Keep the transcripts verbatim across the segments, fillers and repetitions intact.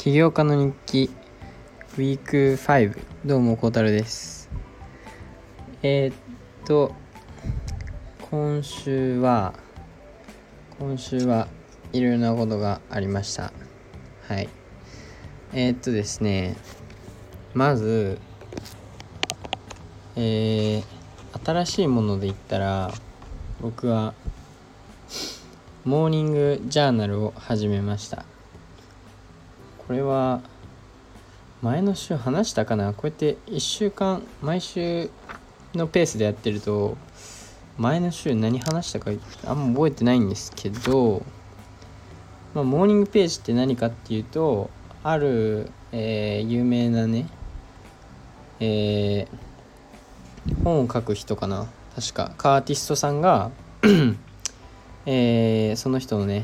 起業家の日記ウィークファイブ。どうもこうたるです。えー、っと今週は今週はいろいろなことがありました。はいえー、っとですねまずえー、新しいもので言ったら、僕はモーニングジャーナルを始めました。これは前の週話したかな。こうやっていっしゅうかん毎週のペースでやってると、前の週何話したかあんま覚えてないんですけど、まあ、モーニングページって何かっていうと、ある、えー、有名なね、えー、本を書く人かな、確かカーティストさんが、えー、その人のね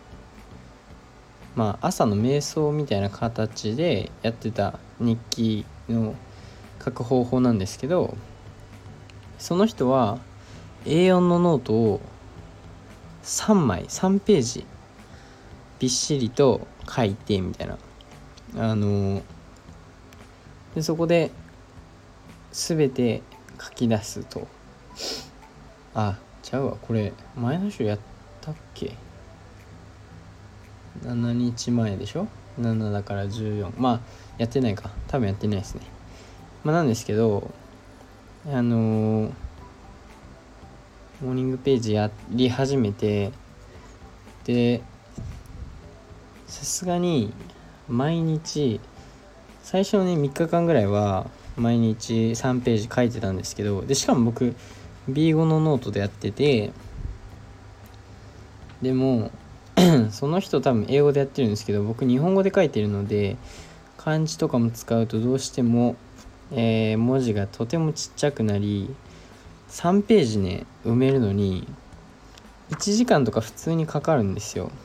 まあ朝の瞑想みたいな形でやってた日記の書く方法なんですけど、その人は エーよん のノートをさんまいさんページびっしりと書いてみたいな、あのでそこで全て書き出すと、あちゃうわ、これ前の週やったっけ。しちにちまえでしょ。ななだからじゅうよん、まあやってないか、多分やってないですね。まあなんですけど、あのー、モーニングページやり始めて、でさすがに毎日最初のねみっかかんぐらいは毎日さんページ書いてたんですけど、でしかも僕 ビーご のノートでやってて、でもその人多分英語でやってるんですけど、僕日本語で書いてるので漢字とかも使うとどうしても、えー、文字がとてもちっちゃくなり、さんページね埋めるのにいちじかんとか普通にかかるんですよ。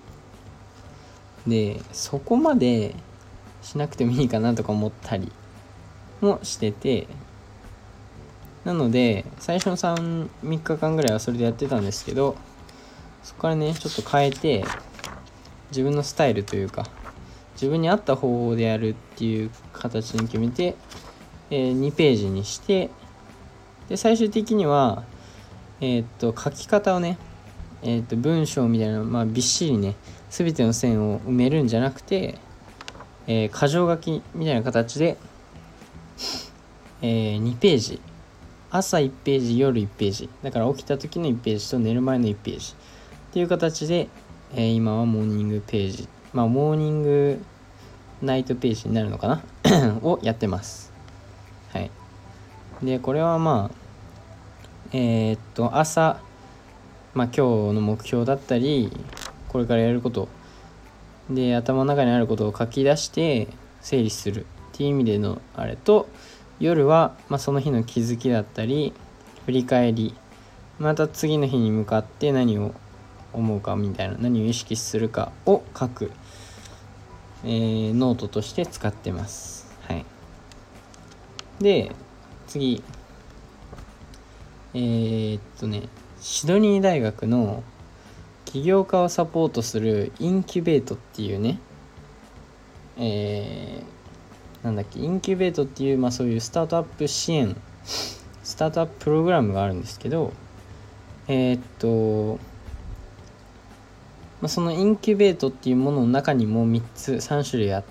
でそこまでしなくてもいいかなとか思ったりもしてて、なので最初のさん、みっかかんぐらいはそれでやってたんですけど、そこからねちょっと変えて自分のスタイルというか自分に合った方法でやるっていう形に決めて、えー、にページにして、で最終的にはえー、っと書き方をね、えー、っと文章みたいな、まあ、びっしりね全ての線を埋めるんじゃなくて、えー、箇条書きみたいな形で、えー、にページ、朝いちページ、夜いちページ、だから起きた時のいちページと寝る前のいちページっていう形で、えー、今はモーニングページ、まあモーニングナイトページになるのかなをやってます。はい。でこれはまあえー、っと朝、まあ今日の目標だったりこれからやることで頭の中にあることを書き出して整理するっていう意味でのあれと、夜は、まあ、その日の気づきだったり振り返り、また次の日に向かって何を思うかみたいな、何を意識するかを書く、えー、ノートとして使ってます。はい。で次えー、っとねシドニー大学の起業家をサポートするインキュベートっていうね、えー、なんだっけインキュベートっていう、まあ、そういうスタートアップ支援スタートアッププログラムがあるんですけど、えー、っと、まあ、そのインキュベートっていうものの中にもみっつさんしゅるいあって、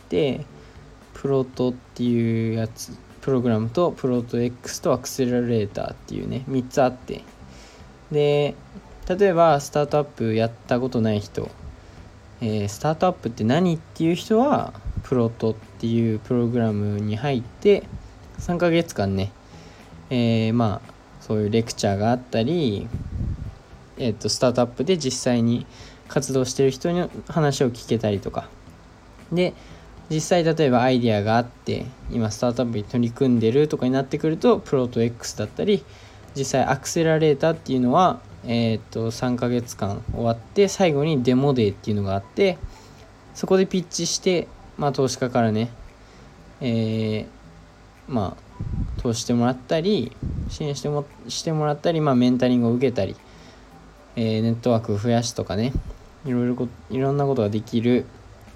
プロトっていうやつプログラムとプロト X とアクセラレーターっていうねみっつあって、で例えばスタートアップやったことない人、えー、スタートアップって何っていう人はプロトっていうプログラムに入ってさんかげつかんね、えー、まあそういうレクチャーがあったり、えー、とスタートアップで実際に活動してる人の話を聞けたりとかで、実際例えばアイディアがあって今スタートアップに取り組んでるとかになってくるとプロト X だったり、実際アクセラレーターっていうのはえー、っとさんかげつかん終わって最後にデモデーっていうのがあって、そこでピッチして、まあ、投資家からね、えー、まあ投資してもらったり支援してもしてもらったり、まあ、メンタリングを受けたり、えー、ネットワークを増やしとかね、いろいろこいろんなことができる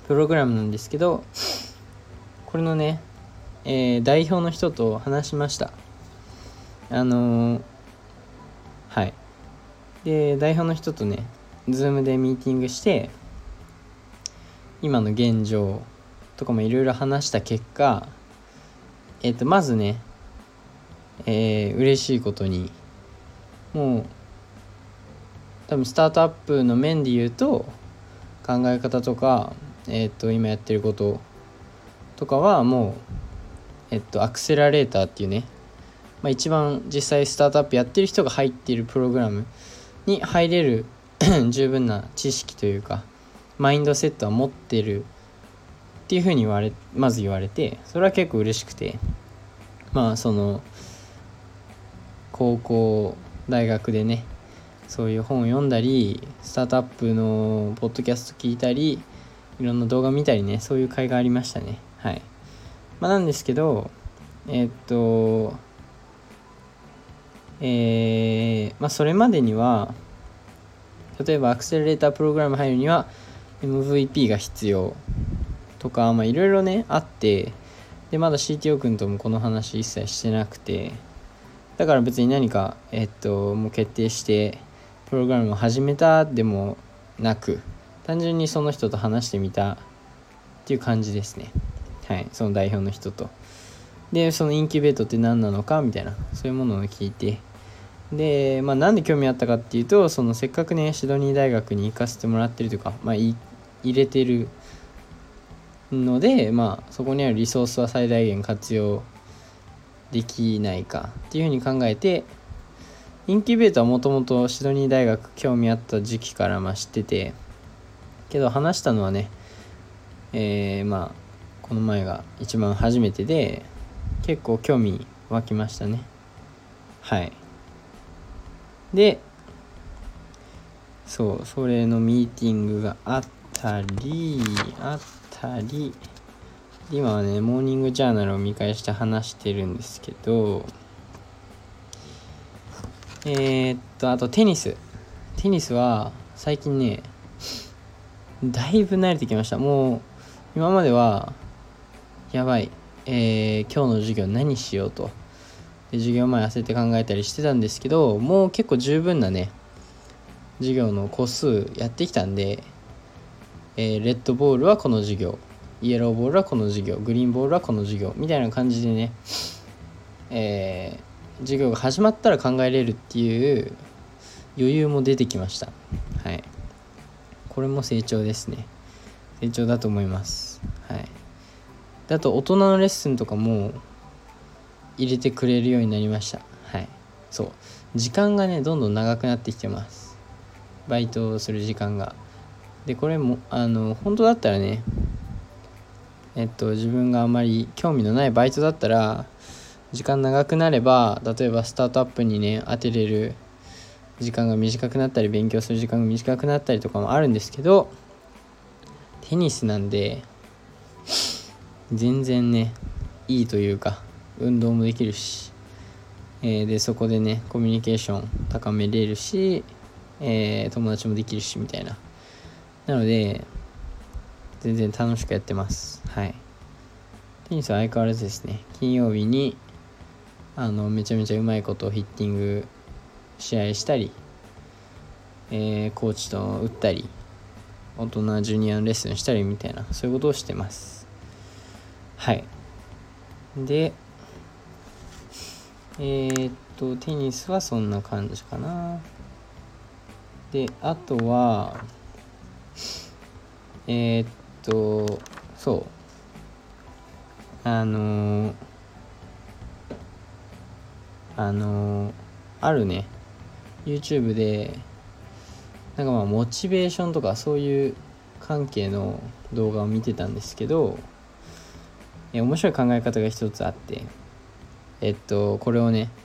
プログラムなんですけど、これのね、えー、代表の人と話しました。あのー、はいで代表の人とね Zoom でミーティングして、今の現状とかもいろいろ話した結果、えっとまずね、えー、嬉しいことに、もう多分スタートアップの面で言うと考え方とか、えっと今やってることとかはもう、えっとアクセラレーターっていうね、まあ、一番実際スタートアップやってる人が入っているプログラムに入れる十分な知識というかマインドセットは持ってるっていうふうに言われまず言われて、それは結構嬉しくて、まあその高校大学でねそういう本を読んだり、スタートアップのポッドキャスト聞いたり、いろんな動画見たりね、そういう会がありましたね。はい。まあなんですけど、えー、っとえー、まあそれまでには、例えばアクセラレータープログラム入るには エムブイピー が必要とか、まあいろいろねあって、でまだ シーティーオー 君ともこの話一切してなくて、だから別に何かえっともう決定してプログラムを始めたでもなく、単純にその人と話してみたっていう感じですね。はい、その代表の人と。でそのインキュベートって何なのかみたいな、そういうものを聞いて、で、まあ、なんで興味あったかっていうと、そのせっかくねシドニー大学に行かせてもらってるというか、まあ、い入れてるので、まあ、そこにあるリソースは最大限活用できないかっていうふうに考えて、インキュベートはもともとシドニー大学興味あった時期からまあ知ってて、けど話したのはね、えー、まあこの前が一番初めてで、結構興味湧きましたね。はい。で、そうそれのミーティングがあったりあったり今はねモーニングジャーナルを見返して話してるんですけど、えー、っとあとテニステニスは最近ねだいぶ慣れてきました。もう今まではやばい、えー、今日の授業何しようと、で授業前焦って考えたりしてたんですけど、もう結構十分なね授業の個数やってきたんで、えー、レッドボールはこの授業、イエローボールはこの授業、グリーンボールはこの授業みたいな感じでね、えー、授業が始まったら考えれるっていう余裕も出てきました。はい、これも成長ですね。成長だと思います。はい。であと大人のレッスンとかも入れてくれるようになりました。はい。そう時間がねどんどん長くなってきてます。バイトをする時間が。でこれもあの本当だったらね、えっと自分があまり興味のないバイトだったら時間長くなれば、例えばスタートアップにね当てれる時間が短くなったり、勉強する時間が短くなったりとかもあるんですけど、テニスなんで全然ねいいというか、運動もできるし、えー、でそこでねコミュニケーション高めれるし、えー、友達もできるしみたいな。なので全然楽しくやってます。はい。テニスは相変わらずですね、金曜日にあのめちゃめちゃうまいことをヒッティング試合したり、えー、コーチと打ったり、大人ジュニアのレッスンしたりみたいな、そういうことをしてます。はい。でえー、っとテニスはそんな感じかな。であとはえー、っとそうあのー、あのー、あるね YouTube でなんかまあモチベーションとかそういう関係の動画を見てたんですけど、え面白い考え方が一つあって、えっとこれをね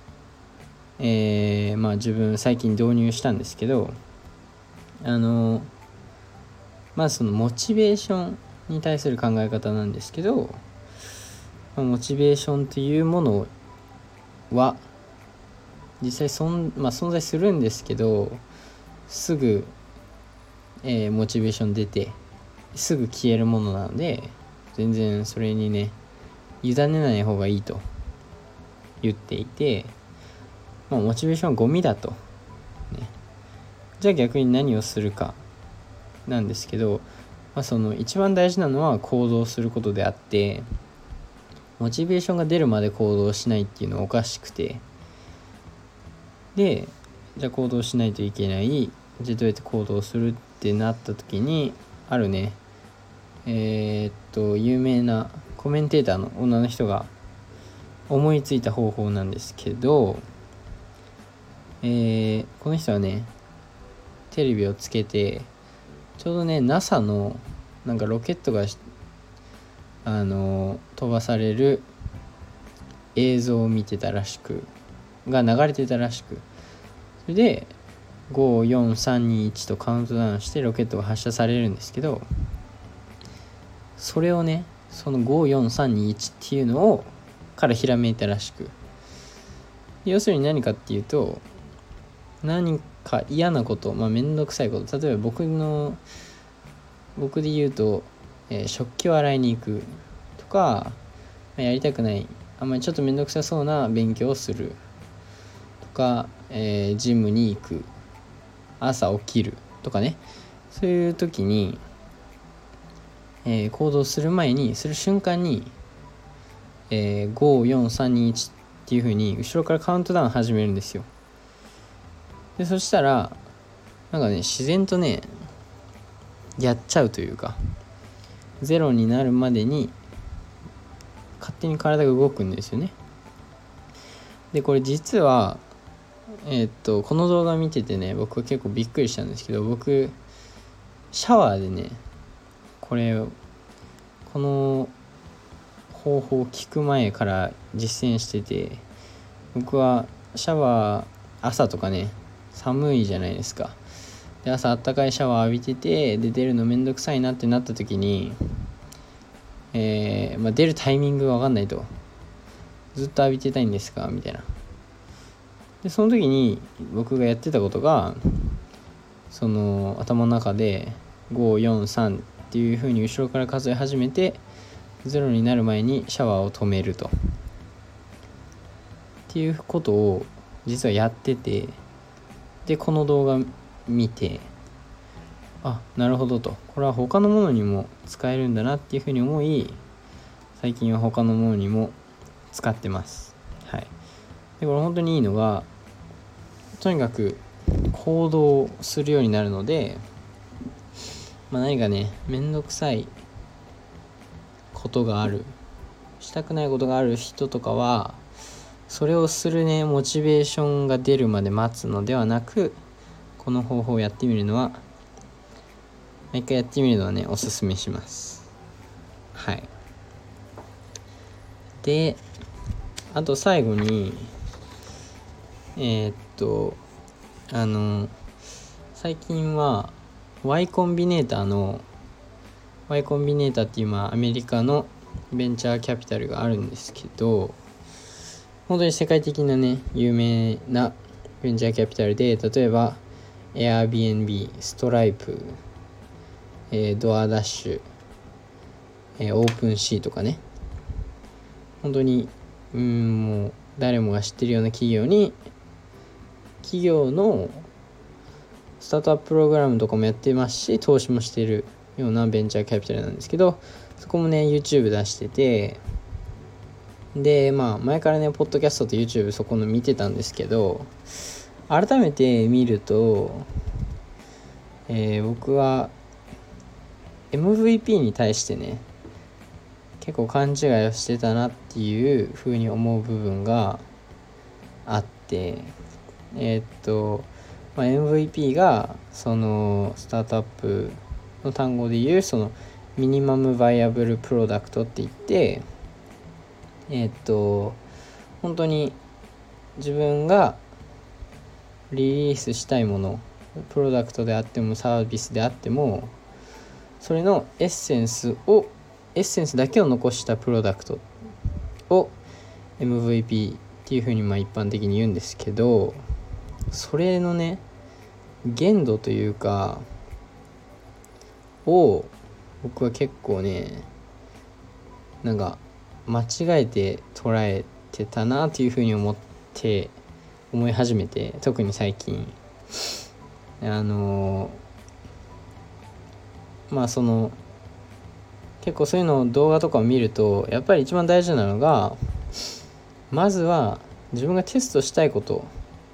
えー、まあ自分最近導入したんですけど、あのまあそのモチベーションに対する考え方なんですけど、まあ、モチベーションというものは実際そん、まあ、存在するんですけど、すぐ、えー、モチベーション出てすぐ消えるものなので、全然それにね委ねない方がいいと言っていて、まあ、モチベーションはゴミだと、ね、じゃあ逆に何をするかなんですけど、まあ、その一番大事なのは行動することであって、モチベーションが出るまで行動しないっていうのはおかしくて、でじゃあ行動しないといけない、じゃあどうやって行動するってなった時に、あるねえー、っと有名なコメンテーターの女の人が思いついた方法なんですけど、えー、この人はねテレビをつけて、ちょうどね ナサ のなんかロケットがあの飛ばされる映像を見てたらしくが流れてたらしく、それでご、よん、さん、に、いちとカウントダウンしてロケットが発射されるんですけど、それをねそのご、よん、さん、に、いちっていうのをからひらめいたらしく、要するに何かっていうと、何か嫌なこと、まあめんどくさいこと、例えば僕の僕で言うと、えー、食器を洗いに行くとか、まあ、やりたくないあんまりちょっとめんどくさそうな勉強をするとか、えー、ジムに行く、朝起きるとかね、そういう時に、えー、行動する前にする瞬間に、えー、ご、よん、さん、に、いちっていう風に後ろからカウントダウン始めるんですよ。でそしたらなんかね自然とねやっちゃうというか、ゼロになるまでに勝手に体が動くんですよね。でこれ実はえー、っとこの動画見ててね、僕は結構びっくりしたんですけど、僕シャワーでねこれこの方法を聞く前から実践してて、僕はシャワー朝とかね寒いじゃないですか。で朝あったかいシャワー浴びてて、で出るのめんどくさいなってなった時に、えーまあ、出るタイミングが分かんないと、ずっと浴びてたいんですかみたいな。でその時に僕がやってたことが、その頭の中でご、よん、さんっていう風に後ろから数え始めて、ゼロになる前にシャワーを止めるとっていうことを実はやってて、でこの動画見て、あ、なるほどと、これは他のものにも使えるんだなっていうふうに思い、最近は他のものにも使ってます。はい。でこれ本当にいいのが、とにかく行動するようになるので、まあ、何かねめんどくさいことがある、したくないことがある人とかは、それをするねモチベーションが出るまで待つのではなく、この方法をやってみるのは毎回やってみるのはねおすすめします。はい。であと最後にえー、っとあの最近は Y コンビネーターの Y コンビネーターっていう、まあアメリカのベンチャーキャピタルがあるんですけど、本当に世界的なね有名なベンチャーキャピタルで、例えば Airbnb、ストライプ、えー、ドアダッシュ、えー、オープンシーとかね、本当にうーんもう誰もが知ってるような企業に企業のスタートアッププログラムとかもやってますし、投資もしているようなベンチャーキャピタルなんですけど、そこもね YouTube 出してて、でまあ前からねポッドキャストと YouTube そこの見てたんですけど、改めて見ると、えー、僕は エムブイピー に対してね結構勘違いをしてたなっていう風に思う部分があって、えー、っと、まあ、エムブイピー がそのスタートアップの単語で言うそのミニマムバイアブルプロダクトって言って、えー、っと本当に自分がリリースしたいもの、プロダクトであってもサービスであっても、それのエッセンスをエッセンスだけを残したプロダクトを エムブイピー っていうふうにまあ一般的に言うんですけど、それのね限度というかを僕は結構ねなんか間違えて捉えてたなというふうに思って思い始めて、特に最近あのまあその結構そういうの動画とかを見ると、やっぱり一番大事なのが、まずは自分がテストしたいこと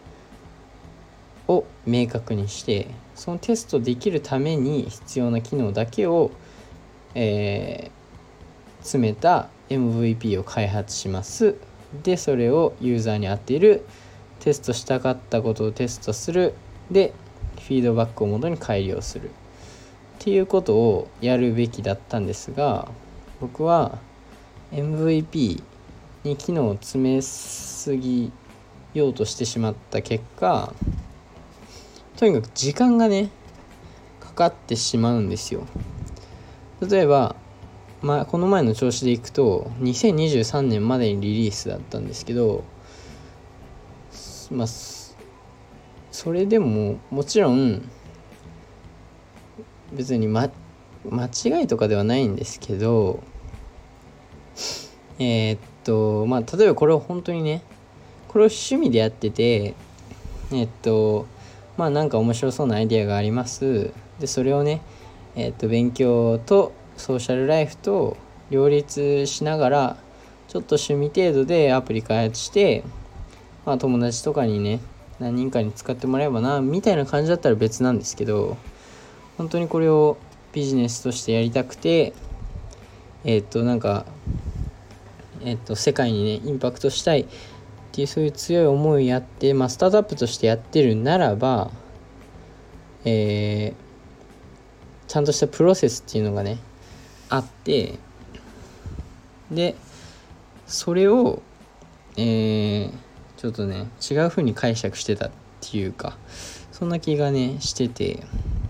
を明確にして、そのテストできるために必要な機能だけを、えー、詰めた エムブイピー を開発します。でそれをユーザーに当てる、テストしたかったことをテストする、でフィードバックをもとに改良するっていうことをやるべきだったんですが、僕は エムブイピー に機能を詰めすぎようとしてしまった結果、とにかく時間がねかかってしまうんですよ。例えば、まあ、この前の調子でいくとにせんにじゅうさんねんまでにリリースだったんですけど、まあそれでももちろん別に、ま、間違いとかではないんですけど、えー、っとまあ例えばこれを本当にねこれを趣味でやってて、えー、っとまあなんか面白そうなアイデアがあります。でそれをね、えー、っと勉強とソーシャルライフと両立しながらちょっと趣味程度でアプリ開発して、まあ友達とかにね何人かに使ってもらえばなみたいな感じだったら別なんですけど、本当にこれをビジネスとしてやりたくて、えっとなんかえっと世界にねインパクトしたいっていうそういう強い思いやって、まあ、スタートアップとしてやってるならば、えー、ちゃんとしたプロセスっていうのがねあって、でそれを、えー、ちょっとね違う風に解釈してたっていうか、そんな気がねしてて、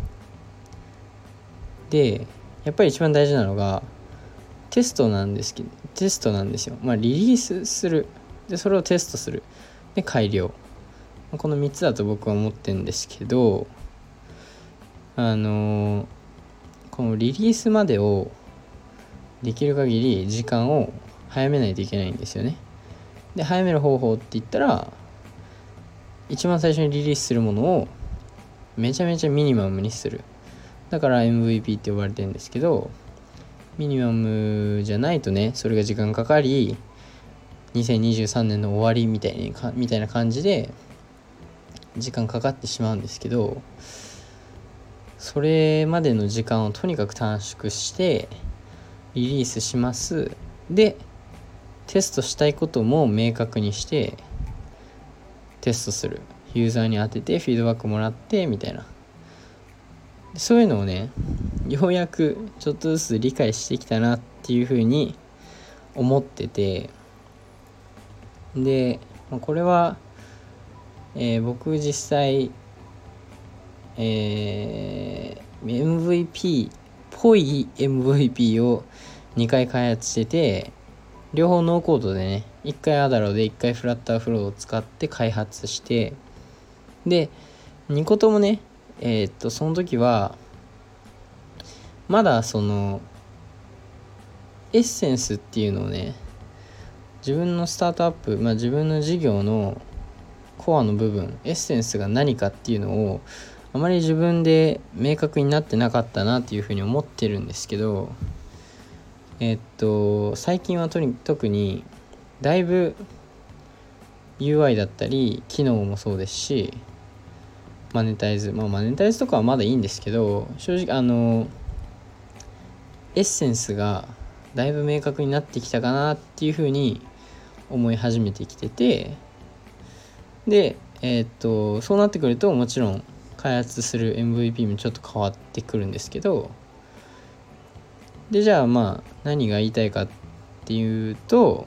でやっぱり一番大事なのがテストなんですけどテストなんですよ。まあリリースする、でそれをテストする、で改良、このみっつだと僕は思ってるんですけど、あのー、このリリースまでをできる限り時間を早めないといけないんですよね。で早める方法って言ったら、一番最初にリリースするものをめちゃめちゃミニマムにする。だから エムブイピー って呼ばれてるんですけど、ミニマムじゃないとねそれが時間かかり、にせんにじゅうさんねんの終わりみたいにかみたいな感じで時間かかってしまうんですけど、それまでの時間をとにかく短縮してリリースします。でテストしたいことも明確にしてテストする、ユーザーに当ててフィードバックもらってみたいな、そういうのをねようやくちょっとずつ理解してきたなっていうふうに思ってて、でこれは、えー、僕実際、えー、エムブイピー っぽい エムブイピー をにかい開発してて、両方ノーコードでね、いっかいアダロでいっかいフラッターフローを使って開発して、でに個ともねえー、っとその時はまだそのエッセンスっていうのをね、自分のスタートアップ、まあ自分の事業のコアの部分、エッセンスが何かっていうのをあまり自分で明確になってなかったなっていうふうに思ってるんですけど、えー、っと最近はとに特にだいぶ ユーアイ だったり機能もそうですし、マネタイズ、まあマネタイズとかはまだいいんですけど、正直あのエッセンスがだいぶ明確になってきたかなっていうふうに思い始めてきてて、でえー、っとそうなってくるともちろん開発する エムブイピー もちょっと変わってくるんですけど、でじゃあまあ何が言いたいかっていうと、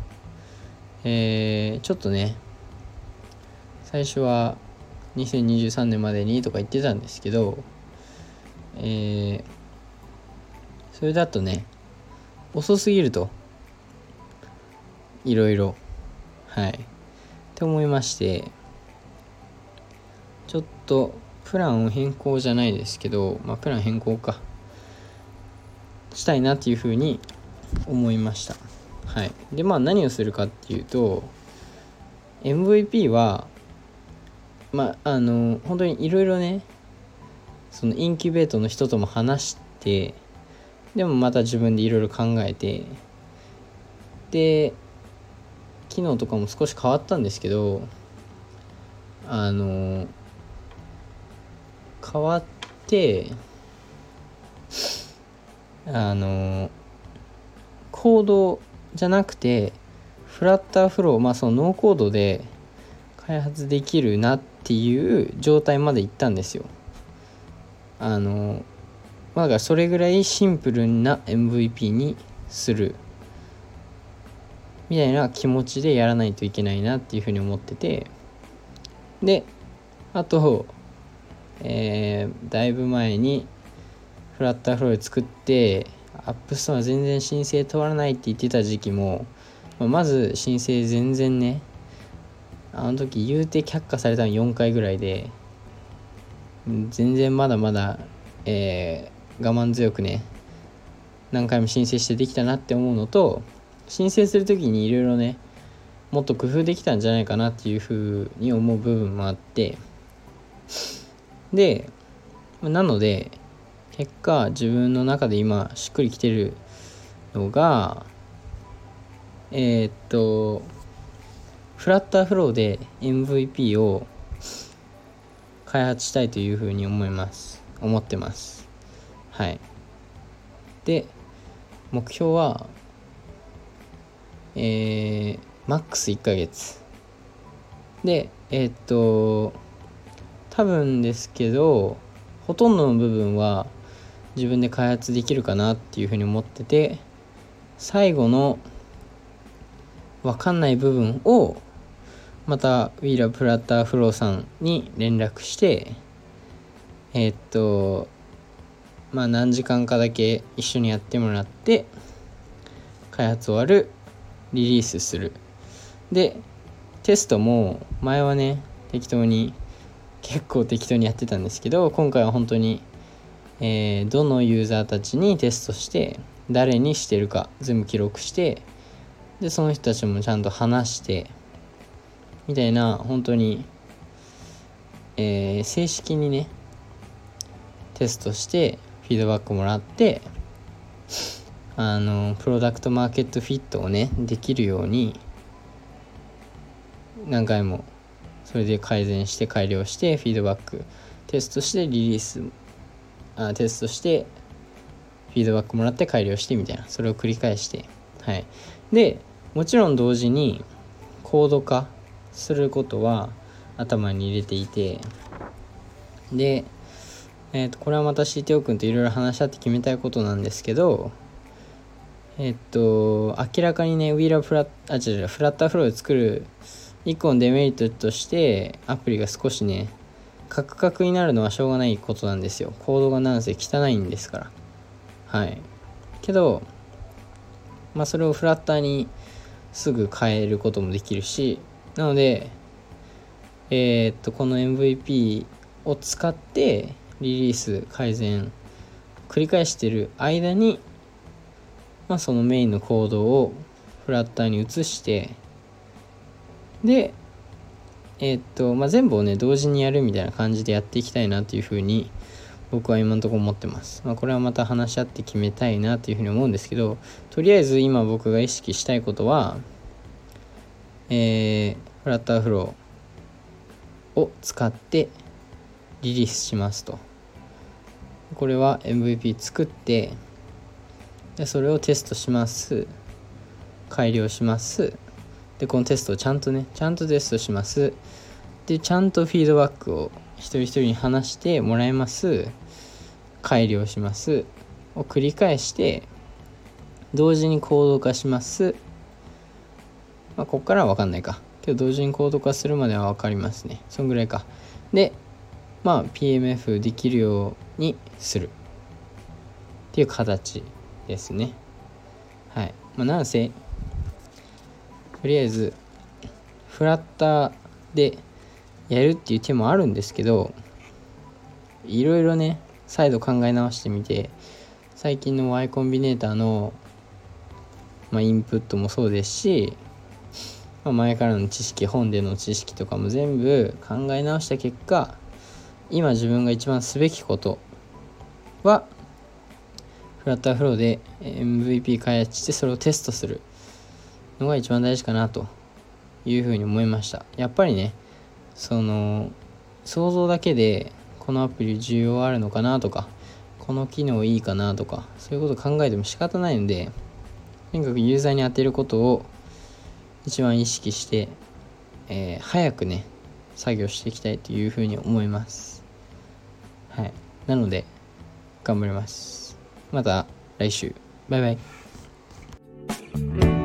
えー、ちょっとね最初はにせんにじゅうさんねんまでにとか言ってたんですけど、えー、それだとね遅すぎると、いろいろはいって思いまして、ちょっとプランを変更じゃないですけど、まあプラン変更かしたいなっていうふうに思いました。はい。でまあ何をするかっていうと エムブイピー はまああの本当にいろいろねそのインキュベートの人とも話してでもまた自分でいろいろ考えてで機能とかも少し変わったんですけどあの変わってあのコードじゃなくてフラッターフロー、まあそのノーコードで開発できるなっていう状態まで行ったんですよ。あのまあだからそれぐらいシンプルな エムブイピー にするみたいな気持ちでやらないといけないなっていうふうに思ってて、であと、えー、だいぶ前にフラッターフロー作ってアップストア全然申請通らないって言ってた時期も、まあ、まず申請全然ねあの時言うて却下されたのよんかいぐらいで全然まだまだ、えー、我慢強くね何回も申請してできたなって思うのと申請する時にいろいろねもっと工夫できたんじゃないかなっていうふうに思う部分もあってでなので結果自分の中で今しっくりきてるのがえー、っとフラッターフローで エムブイピー を開発したいというふうに思います思ってますはいで目標はえー、マックスいっかげつでえー、っと多分ですけどほとんどの部分は自分で開発できるかなっていうふうに思ってて最後の分かんない部分をまた We Love Flutter Flow さんに連絡してえー、っとまあ何時間かだけ一緒にやってもらって開発終わるリリースするでテストも前はね適当に結構適当にやってたんですけど今回は本当に、えー、どのユーザーたちにテストして誰にしてるか全部記録してでその人たちもちゃんと話してみたいな本当に、えー、正式にねテストしてフィードバックもらってあのプロダクトマーケットフィットをねできるように何回もそれで改善して改良してフィードバックテストしてリリースあテストしてフィードバックもらって改良してみたいなそれを繰り返してはいでもちろん同時にコード化することは頭に入れていてで、えー、とこれはまた シーティーオー 君といろいろ話し合って決めたいことなんですけどえっと明らかにね We Love Flutter あ違う違うフラッターフローで作る一個のデメリットとしてアプリが少しねカクカクになるのはしょうがないことなんですよ。コードがなんせ汚いんですからはいけどまあそれをフラッターにすぐ変えることもできるしなのでえー、っとこの エムブイピー を使ってリリース改善繰り返してる間にまあそのメインのコードをフラッターに移してでえー、っとまあ全部をね同時にやるみたいな感じでやっていきたいなというふうに僕は今のところ思ってます。まあこれはまた話し合って決めたいなというふうに思うんですけどとりあえず今僕が意識したいことはえー、フラッターフローを使ってリリースしますとこれは エムブイピー 作ってでそれをテストします改良しますでこのテストをちゃんとねちゃんとテストしますでちゃんとフィードバックを一人一人に話してもらいます改良しますを繰り返して同時にコード化しますまあここからは分かんないかけど同時にコード化するまでは分かりますねそんぐらいかでまあ ピーエムエフ できるようにするっていう形ですねはいまあなんせとりあえずフラッターでやるっていう手もあるんですけどいろいろね再度考え直してみて最近の Y コンビネーターの、まあ、インプットもそうですし、まあ、前からの知識、本での知識とかも全部考え直した結果、今自分が一番すべきことはフラッターフローで エムブイピー 開発してそれをテストするのが一番大事かなというふうに思いました。やっぱりね、その想像だけでこのアプリ需要あるのかなとか、この機能いいかなとか、そういうこと考えても仕方ないので、とにかくユーザーに当てることを一番意識して、えー、早くね作業していきたいというふうに思います。はい、なので頑張ります。また来週、バイバイ。